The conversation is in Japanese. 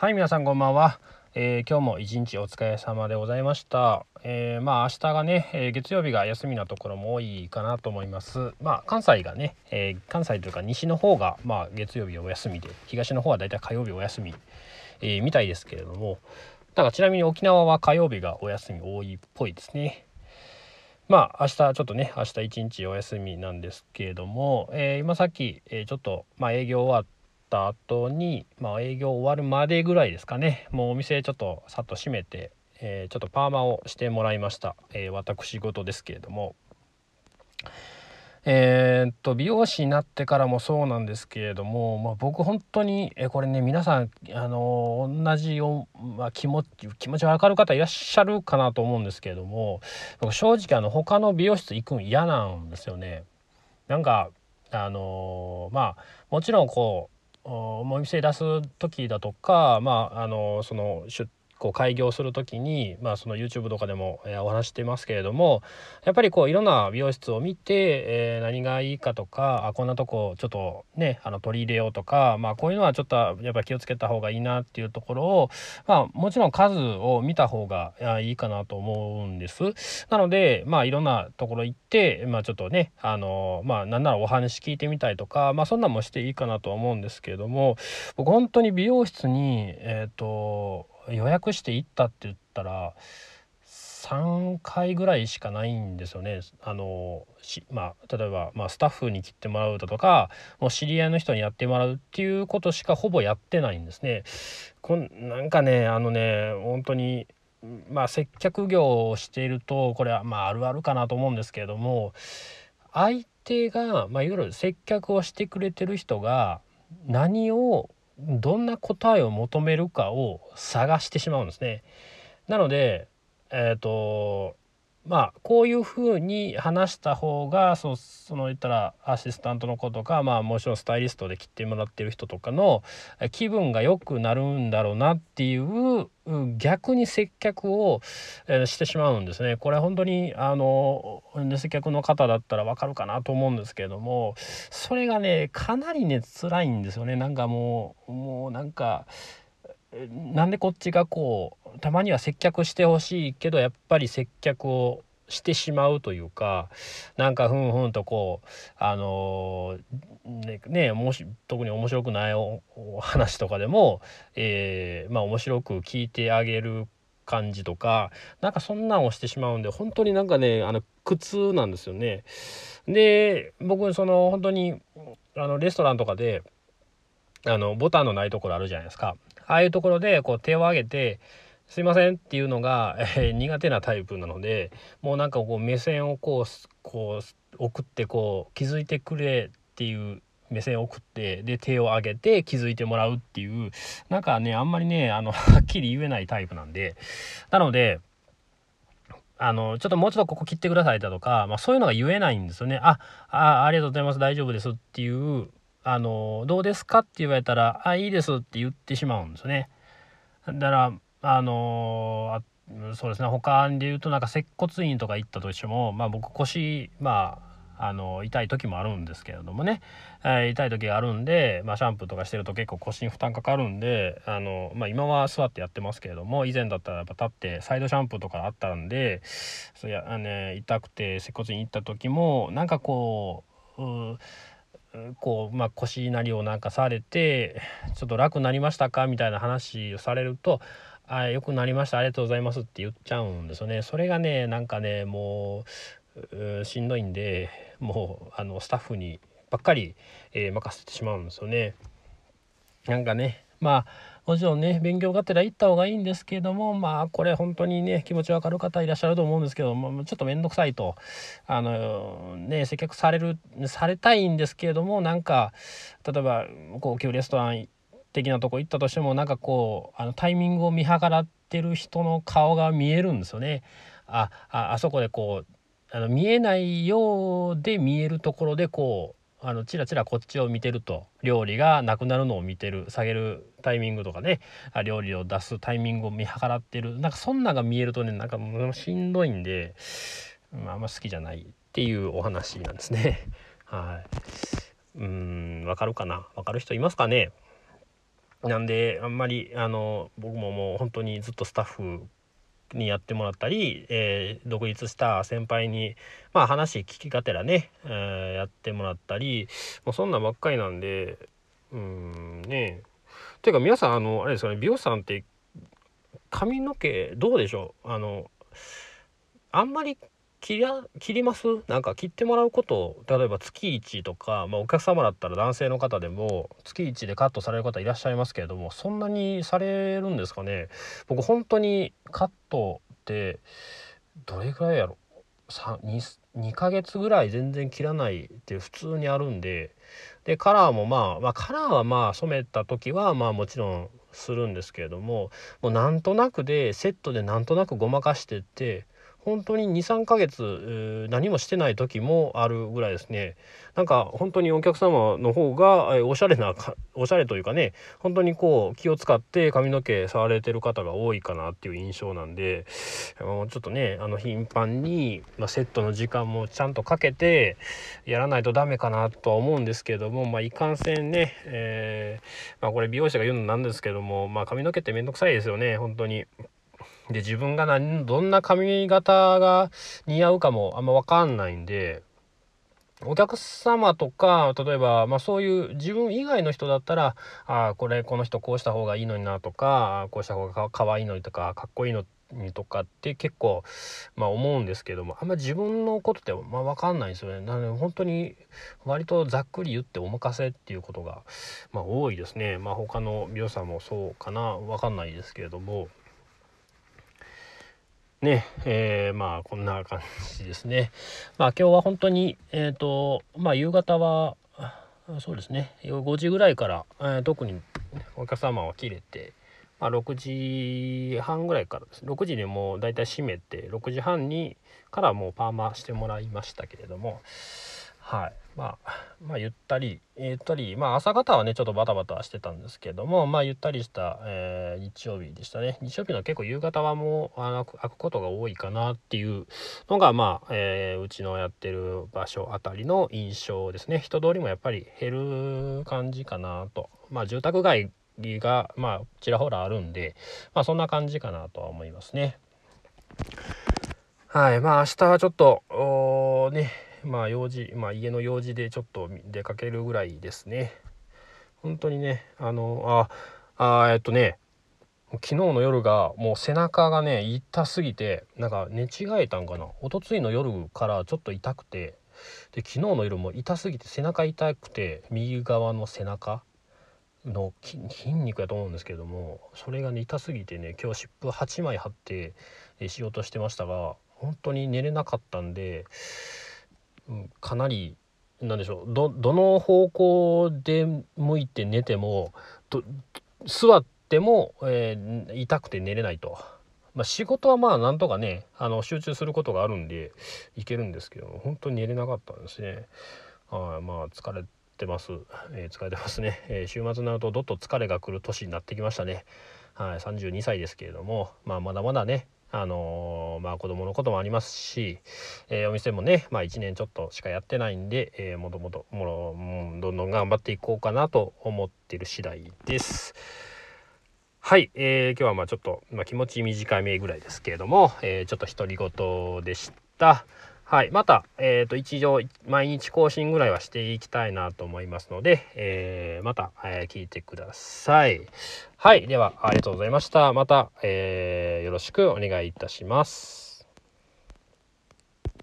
はい、皆さんこんばんは。今日も一日お疲れ様でございました。明日がね、月曜日が休みなところも多いかなと思います。関西がね、関西というか西の方が月曜日お休みで、東の方はだいたい火曜日お休み、みたいですけれども、だからちなみに沖縄は火曜日がお休み多いっぽいですね。明日ちょっとね、明日一日お休みなんですけれども、今さっき、ちょっと営業終わった後に、営業終わるまでぐらいですかね、もうお店ちょっとさっと閉めて、ちょっとパーマをしてもらいました。私事ですけれども、美容師になってからもそうなんですけれども、僕本当にこれね、皆さん同じよ、気持ちわかる方いらっしゃるかなと思うんですけれども、僕正直他の美容室行くの嫌なんですよね。なんかもちろんお店出す時だとか、その開業する時に、その YouTube とかでも、お話してますけれども、やっぱりいろんな美容室を見て、何がいいかとか、こんなとこちょっとね取り入れようとか、こういうのはちょっとやっぱり気をつけた方がいいなっていうところを、もちろん数を見た方がいいかなと思うんです。なのでいろんなところ行って、ちょっとねなんならお話聞いてみたいとか、そんなんもしていいかなと思うんですけれども、僕本当に美容室に予約して行ったって言ったら3回ぐらいしかないんですよね。例えば、スタッフに切ってもらうだとか、もう知り合いの人にやってもらうっていうことしかほぼやってないんですね。なんかね本当に接客業をしているとこれはあるあるかなと思うんですけれども、相手が、いわゆる接客をしてくれてる人がどんな答えを求めるかを探してしまうんですね。なのでこういうふうに話した方が言ったらアシスタントの子とか、もちろんスタイリストで切ってもらってる人とかの気分が良くなるんだろうなっていう逆に接客を、してしまうんですね。これ本当に接客の方だったらわかるかなと思うんですけれども、それがねかなりね辛いんですよね。なんかもうなんかなんでこっちがたまには接客してほしいけどやっぱり接客をしてしまうというか、なんかふんふんと特に面白くないお話とかでも、面白く聞いてあげる感じとか、なんかそんなんをしてしまうんで、本当になんかね苦痛なんですよね。で僕本当にレストランとかでボタンのないところあるじゃないですか。ああいうところで手を挙げてすいませんっていうのが、苦手なタイプなので、もうなんか目線を送って気づいてくれっていう目線を送って、で手を挙げて気づいてもらうっていう、なんかねあんまりねはっきり言えないタイプなんで、なのでちょっともうちょっとここ切ってくださいだとか、そういうのが言えないんですよね。ありがとうございます、大丈夫ですっていう、どうですかって言われたら、いいですって言ってしまうんですよね。だからそうですね、他で言うとなんか接骨院とか行ったとしても、僕腰痛い時もあるんですけれどもね、痛い時があるんで、シャンプーとかしてると結構腰に負担かかるんで、今は座ってやってますけれども、以前だったらやっぱ立ってサイドシャンプーとかあったんで、痛くて接骨院行った時もなんか腰なりをなんかされて、ちょっと楽になりましたかみたいな話をされると、良くなりました、ありがとうございますって言っちゃうんですよね。それがねなんかねもうしんどいんで、もうスタッフにばっかり、任せてしまうんですよね。なんかねもちろんね勉強がてら行った方がいいんですけども、これ本当にね気持ちわかる方いらっしゃると思うんですけども、ちょっと面倒くさいと接客されたいんですけれども、なんか例えば高級レストラン的なとこ行ったとしても、なんかタイミングを見計らってる人の顔が見えるんですよね。あそこで見えないようで見えるところでチラチラこっちを見てると、料理がなくなるのを見てる、下げるタイミングとかね、料理を出すタイミングを見計らってる、なんかそんなが見えるとね、なんかもうしんどいんで、あんま好きじゃないっていうお話なんですね。はい。わかるかな、わかる人いますかね。 なんであんまり僕ももう本当にずっとスタッフにやってもらったり、独立した先輩にまあ話聞きがてらね、やってもらったり、もうそんなんばっかりなんで、ね。ていうか皆さんあれですかね、美容師さんって髪の毛どうでしょう？あんまり切ります？なんか切ってもらうこと、例えば月1とか、まあ、お客様だったら男性の方でも月1でカットされる方いらっしゃいますけれども、そんなにされるんですかね？僕本当にカットってどれぐらいやろ、2ヶ月ぐらい全然切らないって普通にあるんで、でカラーもカラーはまあ染めた時はまあもちろんするんですけれども、もうなんとなくでセットでなんとなくごまかしてって、本当に23ヶ月何もしてない時もあるぐらいですね。なんか本当にお客様の方がおしゃれというかね、本当にこう気を使って髪の毛触れてる方が多いかなっていう印象なんで、もうちょっとね頻繁に、セットの時間もちゃんとかけてやらないとダメかなとは思うんですけども、いかんせんね、これ美容師が言うのなんですけども、髪の毛ってめんどくさいですよね本当に。で自分がどんな髪型が似合うかもあんま分かんないんで、お客様とか例えば、そういう自分以外の人だったら、この人こうした方がいいのになとか、こうした方がかわいいのにとかかっこいいのにとかって結構思うんですけども、あんま自分のことって分かんないんですよね。なので本当に割とざっくり言ってお任せっていうことが多いですね。他の美容師さんもそうかな、分かんないですけれどもね。こんな感じですね。今日は本当に夕方はそうですね5時ぐらいから、特にお客様は切れて、6時半ぐらいからです。6時にもうだいたい閉めて6時半にからもうパーマしてもらいましたけれども、はい。ゆったり朝方はねちょっとバタバタしてたんですけども、ゆったりした、日曜日でしたね。日曜日の結構夕方はもう開くことが多いかなっていうのがうちのやってる場所あたりの印象ですね。人通りもやっぱり減る感じかなと。住宅街がちらほらあるんで、そんな感じかなとは思いますね。はい。明日はちょっとね用事、家の用事でちょっと出かけるぐらいですね。本当にね昨日の夜がもう背中がね痛すぎて、なんか寝違えたんかな、一昨日の夜からちょっと痛くて、で昨日の夜も痛すぎて背中痛くて、右側の背中の筋肉やと思うんですけども、それがね痛すぎてね、今日湿布8枚貼ってしようとしてましたが、本当に寝れなかったんで、かなりなんでしょう、どの方向で向いて寝ても座っても、痛くて寝れないと。仕事はなんとかね集中することがあるんでいけるんですけど、本当に寝れなかったんですね。疲れてます、疲れてますね。週末になるとどっと疲れが来る年になってきましたね。32歳ですけれども、まだまだね子供のこともありますし、お店もね1年ちょっとしかやってないんで、どんどん頑張っていこうかなと思ってる次第です。はい、今日はちょっと、気持ち短めぐらいですけれども、ちょっと独り言でした。はい、また、一応毎日更新ぐらいはしていきたいなと思いますので、また、聞いてください。はい、ではありがとうございました。また、よろしくお願いいたします。